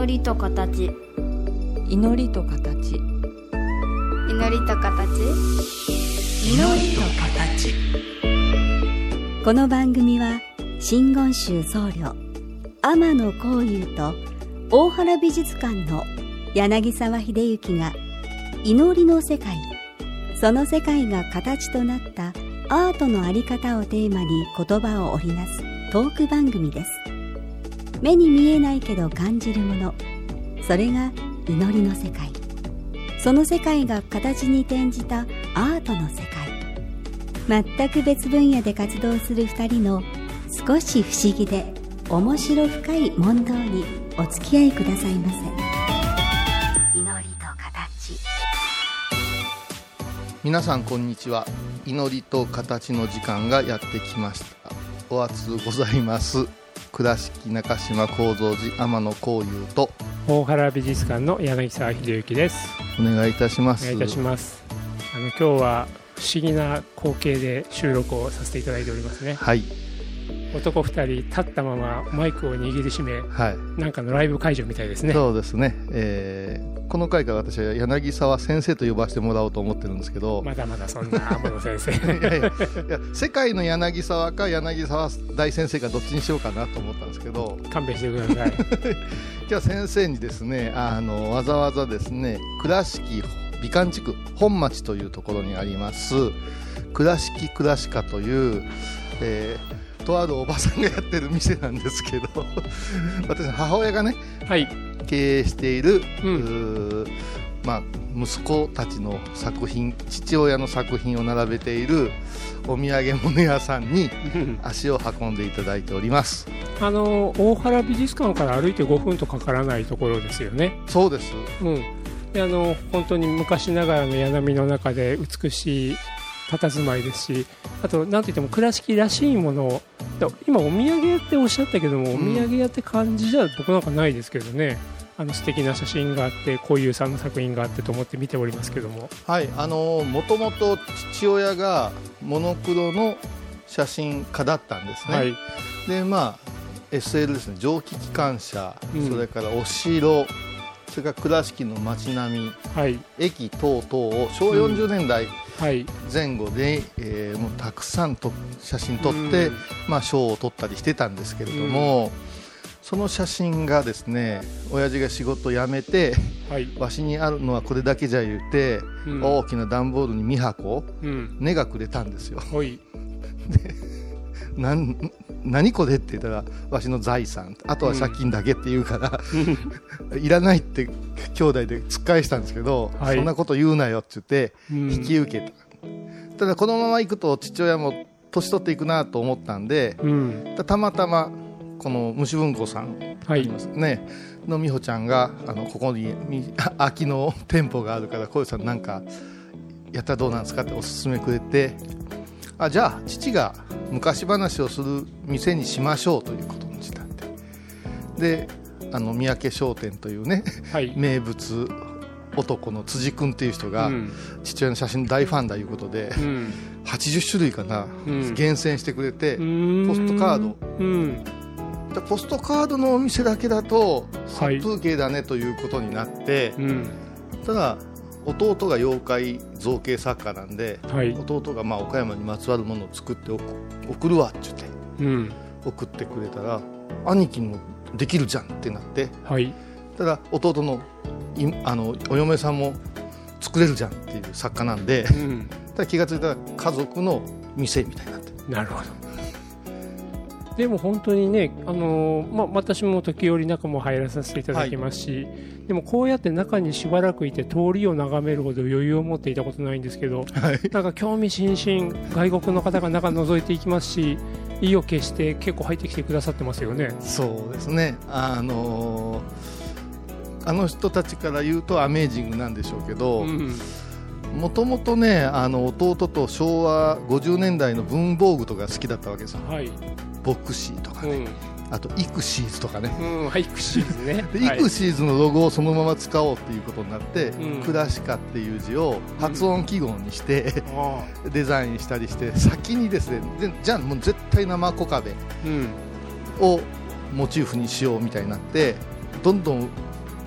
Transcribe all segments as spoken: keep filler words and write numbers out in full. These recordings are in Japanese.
祈りと形、 祈りと形、 祈りと形、 祈りと形。 この番組は真言宗僧侶天野幸雄と大原美術館の柳沢秀行が祈りの世界、その世界が形となったアートのあり方をテーマに言葉を織りなすトーク番組です。目に見えないけど感じるもの、それが祈りの世界。その世界が形に転じたアートの世界。全く別分野で活動する二人の少し不思議で面白深い問答にお付き合いくださいませ。祈りと形。 皆さんこんにちは。祈りと形の時間がやってきました。お熱ございます倉敷中島高蔵寺天野幸雄と大原美術館の柳沢秀行です。 お願いいたします。 お願いいたします。あの今日は不思議な光景で収録をさせていただいておりますね。 はい。 男ふたり立ったままマイクを握りしめ、はい、なんかのライブ会場みたいですね。 そうですね、えー、この回から私は柳沢先生と呼ばせてもらおうと思ってるんですけど、 まだまだそんな天野先生いやいやいや、世界の柳沢か柳沢大先生かどっちにしようかなと思ったんですけど、 勘弁してくださいじゃあ先生にですね、あのわざわざですね、倉敷美観地区本町というところにあります倉敷倉歯科という、えーとあるおばさんがやってる店なんですけど私の母親がね、はい、経営している、うん、まあ、息子たちの作品、父親の作品を並べているお土産物屋さんに足を運んでいただいておりますあの大原美術館から歩いてごふんとかからないところですよね。 そうです、 うん、であの本当に昔ながらの柳の中で美しい佇まいですし、あと何といっても倉敷らしいものを、今お土産屋っておっしゃったけども、お土産屋って感じじゃ僕なんかないですけどね。あの素敵な写真があって小遊さんの作品があってと思って見ておりますけども、 はい、あのもともと父親がモノクロの写真家だったんですね、はい、でまあ エスエル ですね、蒸気機関車、うん、それからお城、それから倉敷の街並み、はい、駅等々をしょうわよんじゅうねんだい、うん、はい、前後で、えー、もうたくさんと写真撮って、うん、まあ、賞を取ったりしてたんですけれども、うん、その写真がですね、親父が仕事辞めて、はい、わしにあるのはこれだけじゃ言うて、うん、大きな段ボールにに箱、うん、根がくれたんですよ、はい、でなん何これって言ったら、わしの財産、あとは借金だけって言うから、うん、いらないって兄弟で突っ返したんですけど、はい、そんなこと言うなよって言って引き受けた、うん、ただこのまま行くと父親も年取っていくなと思ったんで、うん、たまたまこの虫文庫さんありますね、はい、の美穂ちゃんがあのここに空きの店舗があるから小遊さんなんかやったらどうなんですかっておすすめくれて、あ、じゃあ父が昔話をする店にしましょうということにしたんで、であの三宅商店というね、はい、名物男の辻君っていう人が、うん、父親の写真大ファンだいうことで、うん、はちじゅっしゅるいかな、うん、厳選してくれて、ポストカード、うん、でポストカードのお店だけだと殺風景だねということになって、はい、うん、ただ弟が妖怪造形作家なんで、はい、弟がまあ岡山にまつわるものを作って送るわって言って、うん、送ってくれたら兄貴にもできるじゃんってなって、はい、ただ弟の、あのお嫁さんも作れるじゃんっていう作家なんで、うん、ただ気がついたら家族の店みたいになって。 なるほど。でも本当にね、あのーまあ、私も時折中も入らさせていただきますし、はい、でもこうやって中にしばらくいて通りを眺めるほど余裕を持っていたことないんですけど、はい、なんか興味津々、外国の方が中覗いていきますし、意を決して結構入ってきてくださってますよね。 そうですね、あのー、あの人たちから言うとアメージングなんでしょうけど、もともとね、あの弟としょうわごじゅうねんだいの文房具とか好きだったわけですよ、はい、ボクシーとかね、うん、あとイクシーズとかね、 うん、イクシーズねでイクシーズのロゴをそのまま使おうっていうことになって、うん、クラシカっていう字を発音記号にして、うん、デザインしたりして、先にですね、でじゃあもう絶対生小壁をモチーフにしようみたいになって、どんどん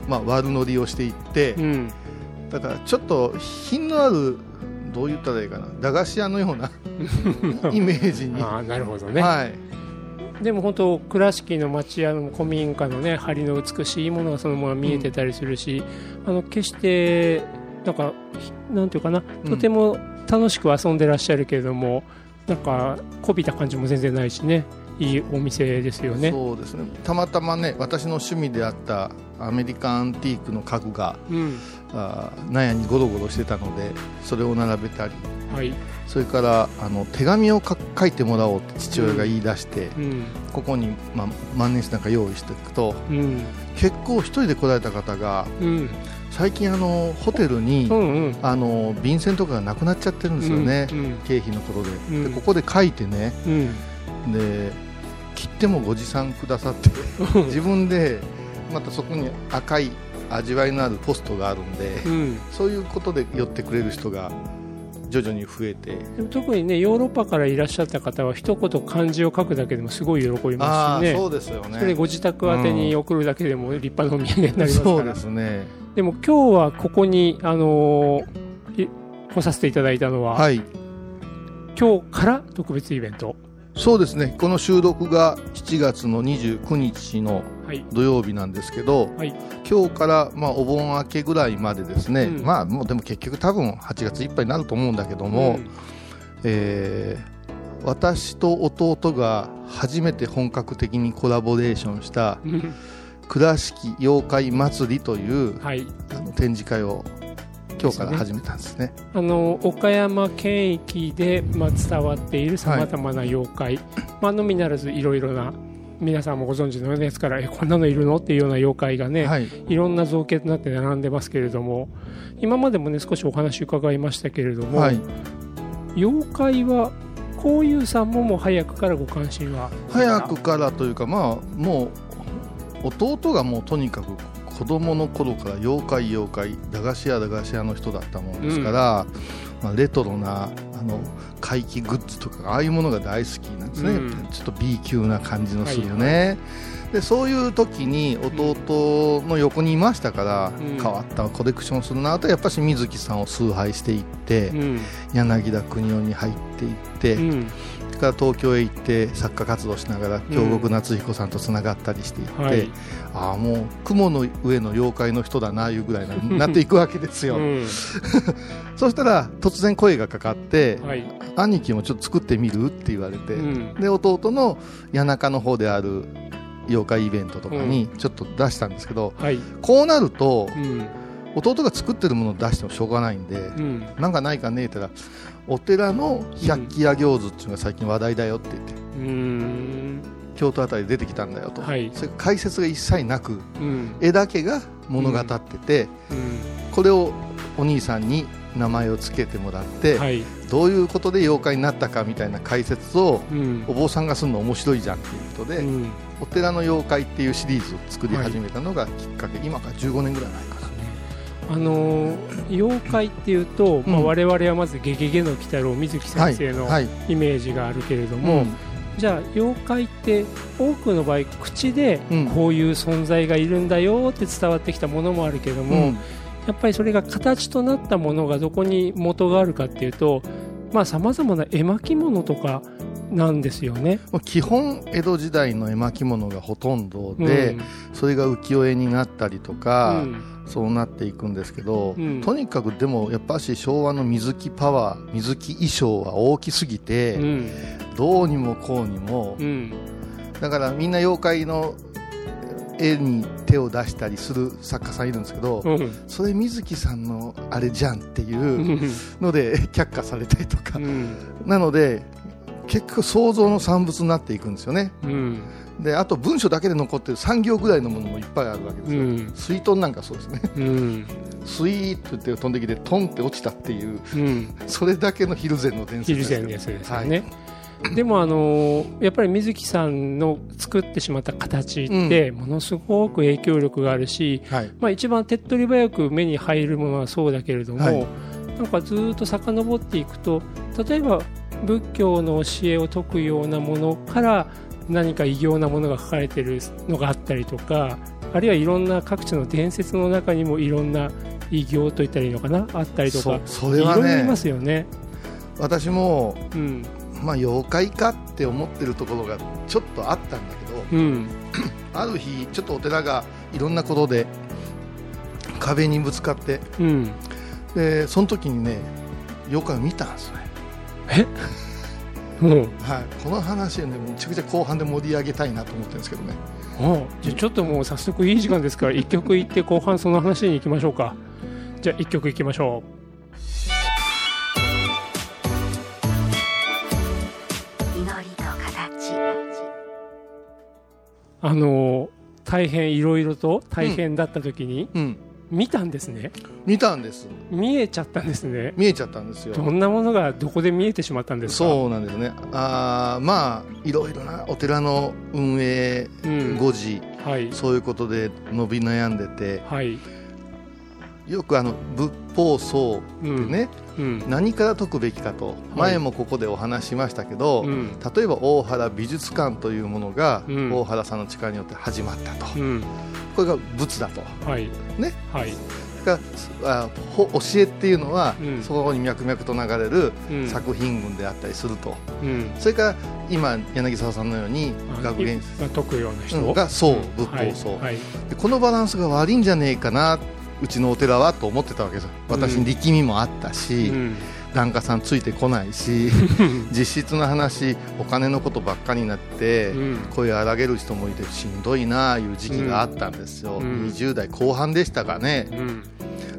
まあ、悪乗りをしていって、うん、だからちょっと品のあるどう言ったらいいかな駄菓子屋のようなイメージにあなるほどね、 はい、 でも本当倉敷の町屋の古民家のね梁の美しいものがそのまま見えてたりするし、うん、あの決してなんかなんていうかなとても楽しく遊んでらっしゃるけれども、うん、なんかこびた感じも全然ないしねいいお店ですよね。 そうですね。たまたまね私の趣味であったアメリカンアンティークの家具が、うん、あ納屋にゴロゴロしてたのでそれを並べたり、はい、それからあの手紙を書いてもらおうって父親が言い出して、うん、ここに、まあ、万年筆なんか用意していくと、うん、結構一人で来られた方が、うん、最近あのホテルに、うんうん、あの便箋とかがなくなっちゃってるんですよね、うんうん、経費のことで、うん、でここで書いてね、うん、で切ってもご持参くださって自分でまたそこに赤い味わいのあるポストがあるんで、うん、そういうことで寄ってくれる人が徐々に増えて、 でも特にねヨーロッパからいらっしゃった方は一言漢字を書くだけでもすごい喜びますしね。 あそうですよね。 それご自宅宛てに送るだけでも立派なお土産になりますから、うん、 そうですね。 でも今日はここに、あのー、来させていただいたのは、はい、今日から特別イベント。 そうですね。この収録がしちがつのにじゅうくにちの土曜日なんですけど、はい、今日から、まあ、お盆明けぐらいまでですね、うん、まあもうでも結局多分はちがついっぱいになると思うんだけども、うん、えー、私と弟が初めて本格的にコラボレーションした倉敷妖怪祭りという、はい、あの展示会を今日から始めたんですね。 あの岡山県域で、まあ、伝わっているさまざまな妖怪、はい、まあのみならずいろいろな皆さんもご存知のやつからえこんなのいるのっていうような妖怪がね、はい、いろんな造形となって並んでますけれども、今までもね少しお話伺いましたけれども、はい、妖怪はこういうさんももう早くからご関心は早くからというか、まあもう弟がもうとにかく子供の頃から妖怪妖怪駄菓子屋駄菓子屋の人だったもんですから、うん、まあ、レトロなあの怪奇グッズとかああいうものが大好きなんですね、うん、ちょっと B 級な感じのするね、はいはい、でそういう時に弟の横にいましたから、うん、変わったコレクションするなとやっぱし水木さんを崇拝していって、うん、柳田国男に入っていって、うん、から東京へ行って作家活動しながら京極夏彦さんとつながったりしていって、うん、はい、ああもう雲の上の妖怪の人だないうぐらいになっていくわけですよ、うん、そしたら突然声がかかって、はい、兄貴もちょっと作ってみるって言われて、うん、で弟の谷中の方である妖怪イベントとかにちょっと出したんですけど、うん、はい、こうなると、うん、弟が作ってるものを出してもしょうがないんで、うん、なんかないかねって言ったらお寺の百鬼夜行図っていうのが最近話題だよって言って、うーん、京都あたりで出てきたんだよと、はい、それ解説が一切なく、うん、絵だけが物語ってて、うんうん、これをお兄さんに名前を付けてもらって、はい、どういうことで妖怪になったかみたいな解説を、うん、お坊さんがするの面白いじゃんっていうことで、うん、お寺の妖怪っていうシリーズを作り始めたのがきっかけ、はい、今からじゅうごねんぐらい前かな。 あのー、妖怪っていうと、うん、まあ、我々はまずゲゲゲの鬼太郎水木先生のイメージがあるけれども、はいはい、うん、じゃあ妖怪って多くの場合口でこういう存在がいるんだよって伝わってきたものもあるけども、うん、やっぱりそれが形となったものがどこに元があるかっていうと、まあ、様々な絵巻物とかなんですよね。 基本江戸時代の絵巻物がほとんどで、うん、それが浮世絵になったりとか、うん、そうなっていくんですけど、うん、とにかくでもやっぱし昭和の水木パワー水木衣装は大きすぎて、うん、どうにもこうにも、うん、だからみんな妖怪の絵に手を出したりする作家さんいるんですけど、うん、それ水木さんのあれじゃんっていうので却下されたりとか、うん、なので結局想像の産物になっていくんですよね、うん、であと文章だけで残ってるさん行ぐらいのものもいっぱいあるわけですよ、うん、水遁なんかそうですね、うん、スイーッと言って飛んできてトンって落ちたっていう、うん、それだけのヒルゼンの伝説ですよ、 ヒルゼンですよね、はい、でもあのやっぱり水木さんの作ってしまった形ってものすごく影響力があるし、うん、はい、まあ、一番手っ取り早く目に入るものはそうだけれども、はい、なんかずっと遡っていくと例えば仏教の教えを説くようなものから何か異形なものが書かれているのがあったりとか、 あるいはいろんな各地の伝説の中にもいろんな異形といったらいいのかな、あったりとか、 そそれはね、 いろいろいますよね。 私も、 うんまあ、妖怪かって思ってるところがちょっとあったんだけど、 うん、 ある日ちょっとお寺がいろんなことで壁にぶつかって、 うん、 でその時にね妖怪を見たんですね。 えうん、 はい、この話をねめちゃくちゃ後半で盛り上げたいなと思ってるんですけどね。 あじゃあちょっともう早速いい時間ですからいっきょくいって後半その話に行きましょうか。じゃあいっきょくいきましょう。あの大変いろいろと大変だった時に、うんうん、見たんですね。 見たんです。 見えちゃったんですね。 見えちゃったんですよ。 どんなものがどこで見えてしまったんですか。 そうなんですね。あまあいろいろなお寺の運営、うん、誤字、はい、そういうことで伸び悩んでて、はい、よくあの仏法僧ってね、うんうん、何から解くべきかと、前もここでお話ししましたけど、はい、例えば大原美術館というものが、うん、大原さんの力によって始まったと、うん、これが仏だと、はいねはい、があ教えっていうのは、うん、そこに脈々と流れる作品群であったりすると、うん、それから今柳沢さんのように学芸が解くような人がそう仏法僧、はいはい、でこのバランスが悪いんじゃねえかなうちのお寺はと思ってたわけです。私に力みもあったし、うん、檀家さんついてこないし実質の話お金のことばっかりになって、うん、声荒げる人もいてしんどいなあいう時期があったんですよ、うん、にじゅう代後半でしたかね、うん、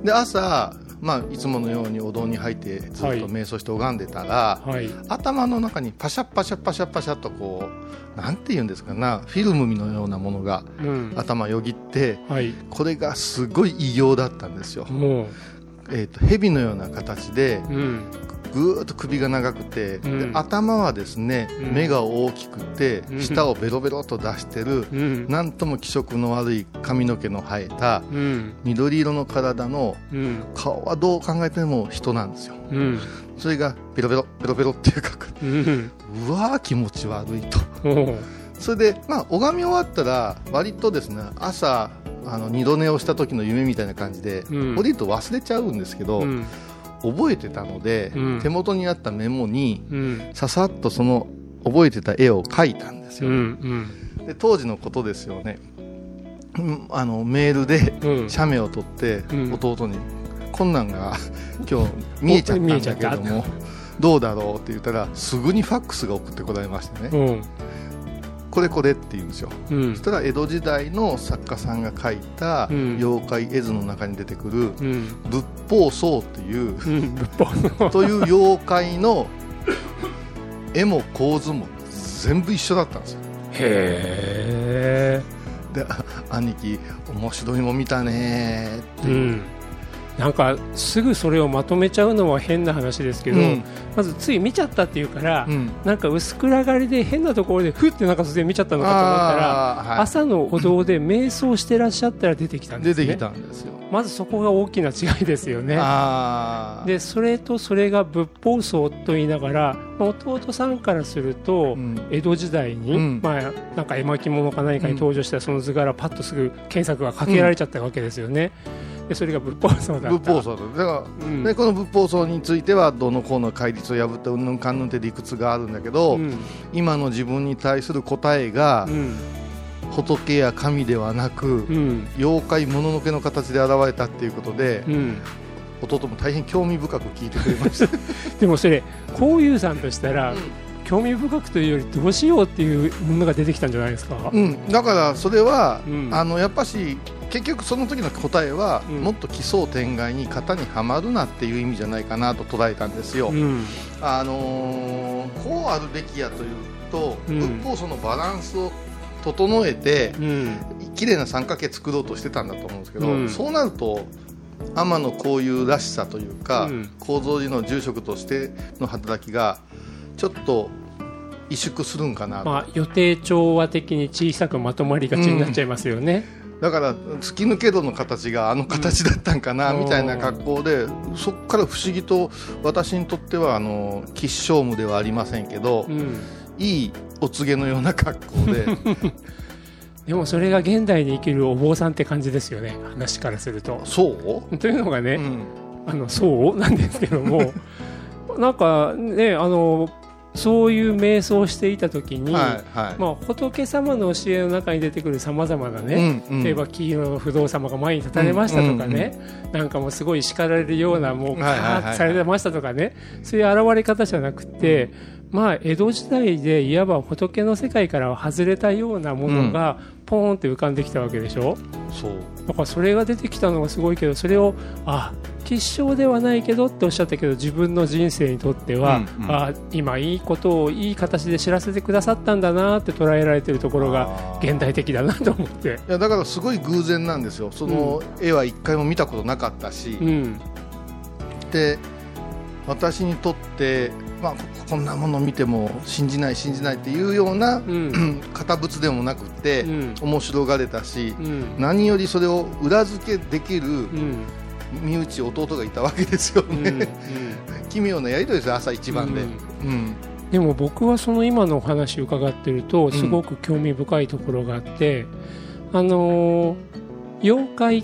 で朝、まあ、いつものようにお堂に入ってずっと瞑想して拝んでたら、はい、頭の中にパシャパシャパシャパシャとこうなんて言うんですかなフィルムのようなものが、うん、頭よぎって、はい、これがすごい異形だったんですよ。えー、と蛇のような形で、うん、ぐーっと首が長くて、うん、で頭はですね、うん、目が大きくて、うん、舌をベロベロと出してる、うん、なんとも気色の悪い髪の毛の生えた、うん、緑色の体の、うん、顔はどう考えても人なんですよ、うん、それがベロベロベロベロっていうか、うん、うわー気持ち悪いとそれで、まあ、拝み終わったら割とですね朝あの二度寝をした時の夢みたいな感じで、うん、降りると忘れちゃうんですけど、うん、覚えてたので、うん、手元にあったメモに、うん、ささっとその覚えてた絵を描いたんですよ、うんうん、で当時のことですよね、うん、あのメールで写メを撮って、うん、弟にこんなんが今日見えちゃったんだけどもどうだろうって言ったらすぐにファックスが送ってこられましてね、うんこれこれって言うんですよ、うん、そしたら江戸時代の作家さんが描いた妖怪絵図の中に出てくる、うん、仏法僧っていう、うん、仏法という妖怪の絵も構図も全部一緒だったんですよ。 へーで兄貴面白いもん見たねっていう、うんなんかすぐそれをまとめちゃうのは変な話ですけど、うん、まずつい見ちゃったっていうから、うん、なんか薄暗がりで変なところでふってなんか突然見ちゃったのかと思ったら、はい、朝のお堂で瞑想してらっしゃったら出てきたんですね。 出てきたんですよ。 まずそこが大きな違いですよね。あでそれとそれが仏法僧と言いながら、まあ、弟さんからすると、うん、江戸時代に、うんまあ、なんか絵巻物か何かに登場したその図柄パッとすぐ検索がかけられちゃったわけですよね、うんでそれが仏法僧だった。 仏法僧だから、うん、でこの仏法僧についてはどのこうの戒律を破ってうんぬんかんぬんって理屈があるんだけど、うん、今の自分に対する答えが、うん、仏や神ではなく、うん、妖怪もののけの形で現れたっていうことで、うん、弟も大変興味深く聞いてくれましたでもそれこういうさんとしたら、うん興味深くというよりどうしようっていうものが出てきたんじゃないですか、 うん、だからそれは、うん、あのやっぱし結局その時の答えは、うん、もっと奇想天外に型にはまるなっていう意味じゃないかなと捉えたんですよ、うん、あのー、こうあるべきやというと、うん、仏法そのバランスを整えて、うん、綺麗な三角形作ろうとしてたんだと思うんですけど、うん、そうなると天のこういうらしさというか、うん、高蔵寺の住職としての働きがちょっと萎縮するんかな、 まあ、予定調和的に小さくまとまりがちになっちゃいますよね、 うん、だから突き抜け度の形があの形だったんかな、うん、みたいな格好でそこから不思議と私にとってはあの吉祥夢ではありませんけど、うん、いいお告げのような格好ででもそれが現代に生きるお坊さんって感じですよね、話からすると。 そうというのがね、 うん、 あのそうなんですけどもなんかね、あのそういう瞑想をしていた時に、はいはい、まあ、仏様の教えの中に出てくるさまざまなね、うんうん、例えば黄色の不動様が前に立たれましたとかね、うんうんうん、なんかもうすごい叱られるような、もうカーッとされてましたとかね、そういう現れ方じゃなくて、うん、まあ、江戸時代でいわば仏の世界からは外れたようなものがポーンって浮かんできたわけでしょ、うん、そうだからそれが出てきたのがすごいけど、それをあ吉祥ではないけどっておっしゃったけど、自分の人生にとっては、うんうん、あ今いいことをいい形で知らせてくださったんだなって捉えられているところが現代的だなと思って。 いやだからすごい偶然なんですよ。その絵は一回も見たことなかったし、うん、で私にとって、まあ、こんなものを見ても信じない信じないっていうような、うん、堅物でもなくて、うん、面白がれたし、うん、何よりそれを裏付けできる、うん、身内弟がいたわけですよね、うんうん、奇妙なやり取りですよ、朝一番で、うんうん、 でも僕はその今のお話を伺ってるとすごく興味深いところがあって、うん、あのー、妖怪って、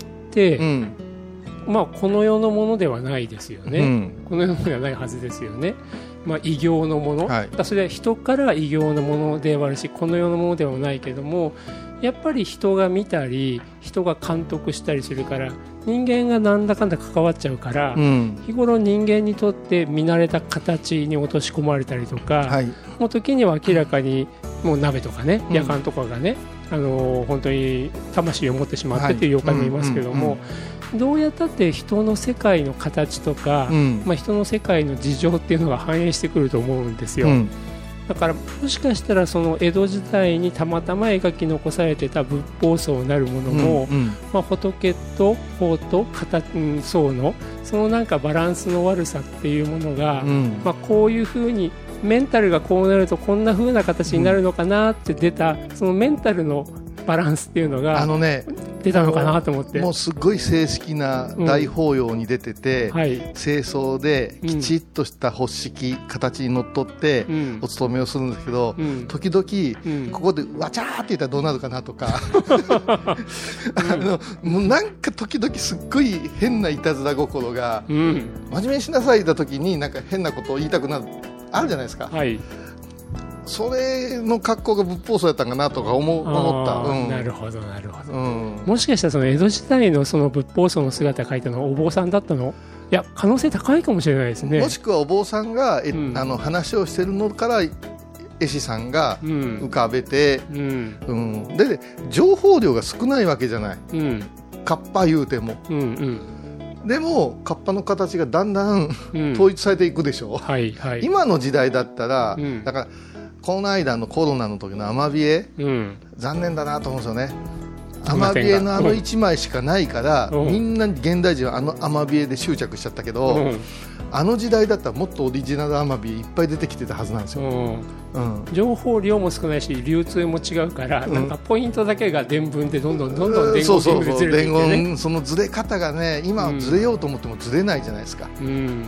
うん、まあ、この世のものではないですよね、うん、この世のものではないはずですよね。まあ、異形のもの、はい、だそれは人から異形のものではあるし、この世のものではないけども、やっぱり人が見たり人が監督したりするから人間がなんだかんだ関わっちゃうから、うん、日頃人間にとって見慣れた形に落とし込まれたりとか、はい、もう時には明らかにもう鍋とかね、夜間とかがね、あのー、本当に魂を持ってしまってという妖怪もいますけども、はい、うんうんうん、どうやったって人の世界の形とか、うん、まあ、人の世界の事情っていうのが反映してくると思うんですよ、うん、だからもしかしたらその江戸時代にたまたま描き残されてた仏法僧なるものも、うんうん、まあ、仏と法と僧のそのなんかバランスの悪さっていうものが、うん、まあ、こういうふうにメンタルがこうなるとこんな風な形になるのかなって出た、そのメンタルのバランスっていうのが出たのかなと思って、 もうすごい正式な大法要に出てて、うん、はい、清掃できちっとした発式、うん、形にのっとってお勤めをするんですけど、うん、時々、うん、ここでわちゃーって言ったらどうなるかなとかあの、もうなんか時々すっごい変ないたずら心が、うん、真面目にしなさいだ時になんか変なことを言いたくなるあるじゃないですか、はい、それの格好が仏法僧やったんかなとか思, 思った、うん、 なるほどなるほど、うん、もしかしたらその江戸時代のその仏法僧の姿を描いたのはお坊さんだったの？いや、可能性高いかもしれないですね。 もしくはお坊さんが、うん、あの話をしてるのから絵師さんが浮かべて、うんうん、で情報量が少ないわけじゃない、うん、カッパ言うても、うんうん、でもカッパの形がだんだん、うん、統一されていくでしょ、はいはい、今の時代だったら、うん、だからこの間のコロナの時のアマビエ、うん、残念だなと思うんですよね。アマビエのあのいちまいしかないから、うん、みんな現代人はあのアマビエで執着しちゃったけど、うん、あの時代だったらもっとオリジナルアマビエいっぱい出てきてたはずなんですよ、うんうん、情報量も少ないし流通も違うから、うん、なんかポイントだけが伝聞でどんどんどんどん伝言がずれていってね、伝言、そのずれ方がね、今はずれようと思ってもずれないじゃないですか、うん、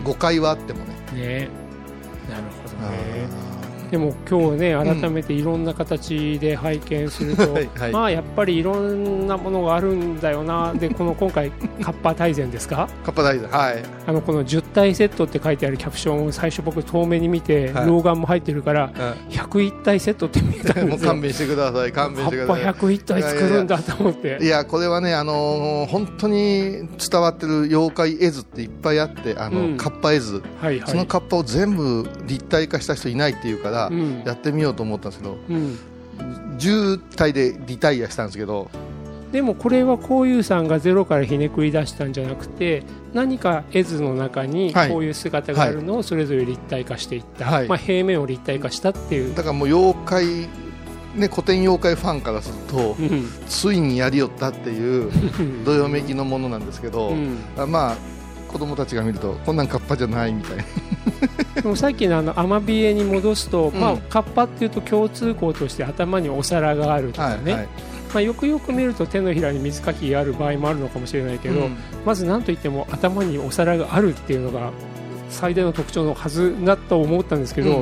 誤解はあっても ね, ねなるほどね。でも今日ね、改めていろんな形で拝見すると、うんはいはい、まあやっぱりいろんなものがあるんだよな。でこの今回カッパ大全ですかカッパ大全、はい、 あのこのじゅったいセットって書いてあるキャプションを最初僕遠目に見て、はい、老眼も入ってるから、はい、ひゃくいったいセットって見えたんですよ。もう勘弁してください、勘弁してください。 カッパひゃくいったい作るんだと思って。いやいや、 いやこれはね、あのー、本当に伝わってる妖怪絵図っていっぱいあって、あの、うん、カッパ絵図、はいはい、そのカッパを全部立体化した人いないっていうから、うん、やってみようと思ったんですけど、うん、じゅうたいでリタイアしたんですけど、 でもこれはこういうさんがゼロからひねくり出したんじゃなくて、何か絵図の中にこういう姿があるのをそれぞれ立体化していった、はい、まあ、平面を立体化したっていう。 だからもう妖怪、ね、古典妖怪ファンからすると、うん、ついにやりよったっていうどよめきのものなんですけど、うん、まあ子供たちが見るとこんなんカッパじゃないみたいなでもさっきのあのアマビエに戻すと、うん、まあ、カッパっていうと共通項として頭にお皿があるとかね、はいはい、まあ、よくよく見ると手のひらに水かきがある場合もあるのかもしれないけど、うん、まず何といっても頭にお皿があるっていうのが最大の特徴のはずだと思ったんですけど、うん、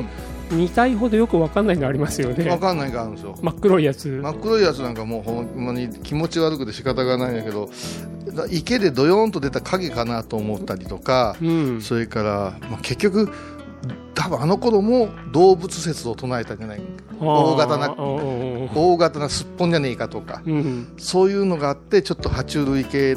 に体ほどよく分かんないのありますよね。 分かんないがあるんですよ。 真っ黒いやつ真っ黒いやつなんかもうほんまに気持ち悪くて仕方がないんだけど、池でドヨーンと出た影かなと思ったりとか、うん、それから、まあ、結局多分あの頃も動物説を唱えたんじゃない、大型な大型なすっぽんじゃねえかとか、うん、そういうのがあってちょっと爬虫類系、うん、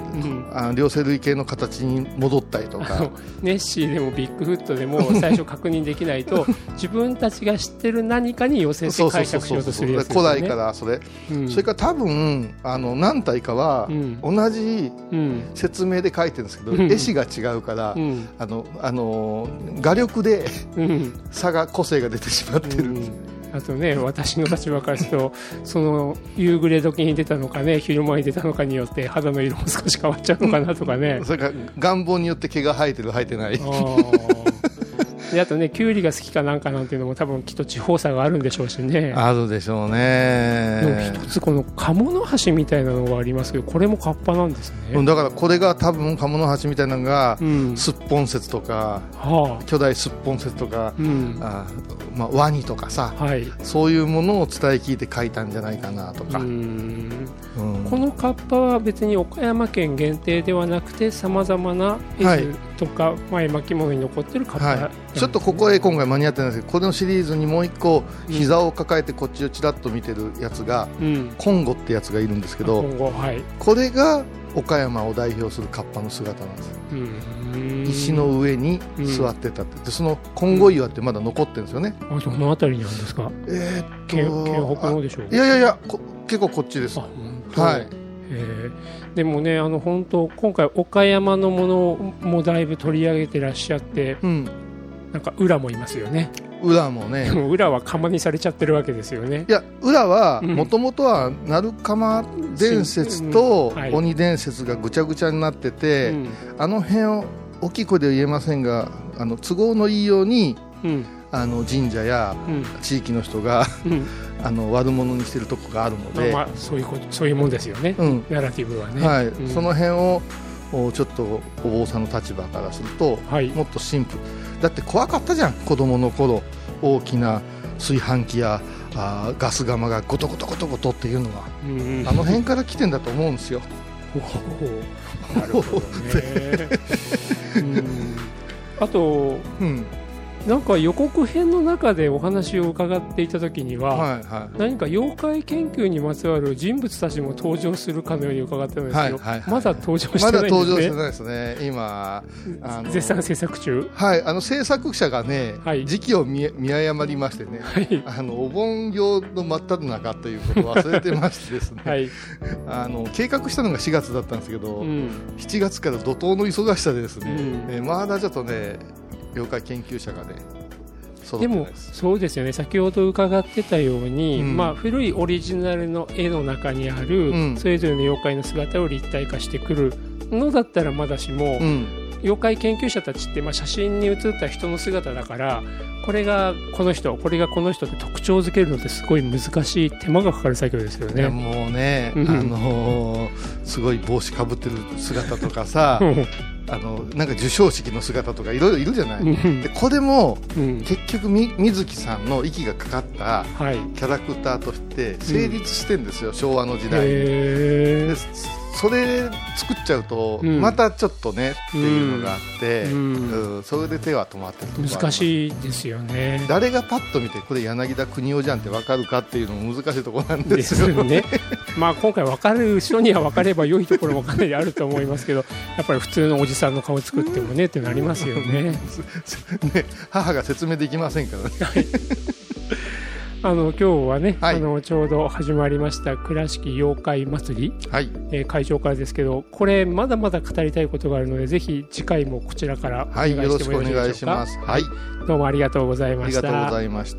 あ両生類系の形に戻ったりとかネッシーでもビッグフットでも最初確認できないと自分たちが知ってる何かに寄せて解釈しようとするやつですよね。 古代からそれ、うん、それから多分あの何体かは同じ説明で書いてるんですけど、うん、絵師が違うから、うん、あのあの画力で差が個性が出てしまってる、うん、 あとね私の立場からするとその夕暮れ時に出たのかね昼間に出たのかによって肌の色も少し変わっちゃうのかなとかね、 うん、それから願望によって毛が生えてる生えてない、あであとねキュウリが好きかなんかなんていうのも多分きっと地方差があるんでしょうしね。 あるでしょうね。 でも一つこのカモノハシみたいなのがありますけどこれもカッパなんですね。 だからこれが多分カモノハシみたいなのが、うん、すっぽん説とか、はあ、巨大すっぽん説とか、うんあまあ、ワニとかさ、はい、そういうものを伝え聞いて書いたんじゃないかなとか。うんうん、このカッパは別に岡山県限定ではなくてさまざまな絵図とか、はい、前巻物に残ってるカッパ、はい、 ちょっとここへ今回間に合ってないんですけどこれのシリーズにもう一個膝を抱えてこっちをちらっと見てるやつが、うん、コンゴってやつがいるんですけど、はい、これが岡山を代表するカッパの姿なんです、うん、石の上に座ってたって、うん、でそのコンゴ岩ってまだ残ってるんですよね、 うん、あどの辺りにあるんですか。えー、っと県北のでしょう。 いやいやいや結構こっちです。はい、 えー、でもねあの本当今回岡山のものもだいぶ取り上げてらっしゃって、うん、なんか裏もいますよね。 裏もね。 でも裏は釜にされちゃってるわけですよね。 いや裏はもともとは鳴釜伝説と鬼伝説がぐちゃぐちゃになってて、うん、あの辺を大きい声では言えませんがあの都合のいいように、うん、あの神社や地域の人が、うんあの悪者にしてるとこがあるので、 まあ、そういうことそういうもんですよね、うん、ナラティブはね、 はいうん、 その辺をちょっとお坊さんの立場からすると、はい、もっとシンプルだって怖かったじゃん子供の頃大きな炊飯器やあガス釜がゴトゴトゴトゴトっていうのは、うん、あの辺から来てんだと思うんですよ。 なるほどねうんあと、うんなんか予告編の中でお話を伺っていた時には、はいはい、何か妖怪研究にまつわる人物たちも登場するかのように伺ってたんですけど、はいはいはい、まだ登場してないんですね。まだ登場してないですね今あの絶賛制作中。 はいあの制作者がね、はい、時期を 見, 見誤りましてね、はい、あのお盆業の真っ只中ということを忘れてましてですね、はい、あの計画したのがしがつだったんですけど、うん、しちがつから怒涛の忙しさでですね、うんえー、まだちょっとね妖怪研究者がねでもそうですよね先ほど伺ってたように、うんまあ、古いオリジナルの絵の中にある、うん、それぞれの妖怪の姿を立体化してくるのだったらまだしも、うん、妖怪研究者たちって、まあ、写真に写った人の姿だからこれがこの人これがこの人って特徴づけるのってすごい難しい手間がかかる作業ですよね。いやもうね、うん、あのー、すごい帽子かぶってる姿とかさあのなんか授賞式の姿とかいろいろいるじゃない、うん、でこれも、うん、結局み水木さんの息がかかったキャラクターとして成立してるんですよ、うん、昭和の時代に。でそれ作っちゃうと、うん、またちょっとねっていうのがあって、うんうん、それで手は止まってるところ難しいですよね。 誰がパッと見てこれ柳田邦夫じゃんって分かるかっていうのも難しいところなんですよですねまあ今回分かる人には分かれば良いところもかなりあると思いますけどやっぱり普通のおじさんの顔作ってもねってなりますよねね母が説明できませんからね、はいあの今日はね、はい、あのちょうど始まりました倉敷妖怪祭り、はいえー、会場からですけどこれまだまだ語りたいことがあるのでぜひ次回もこちらからお願いしてもよろしいでしょうか。はい、よろしくお願いします、はい、どうもありがとうございました。 ありがとうございました。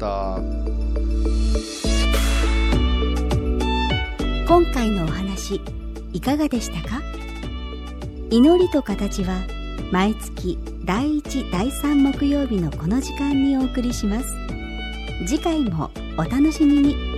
今回のお話いかがでしたか。祈りと形は毎月だいいちだいさん木曜日のこの時間にお送りします。次回もお楽しみに。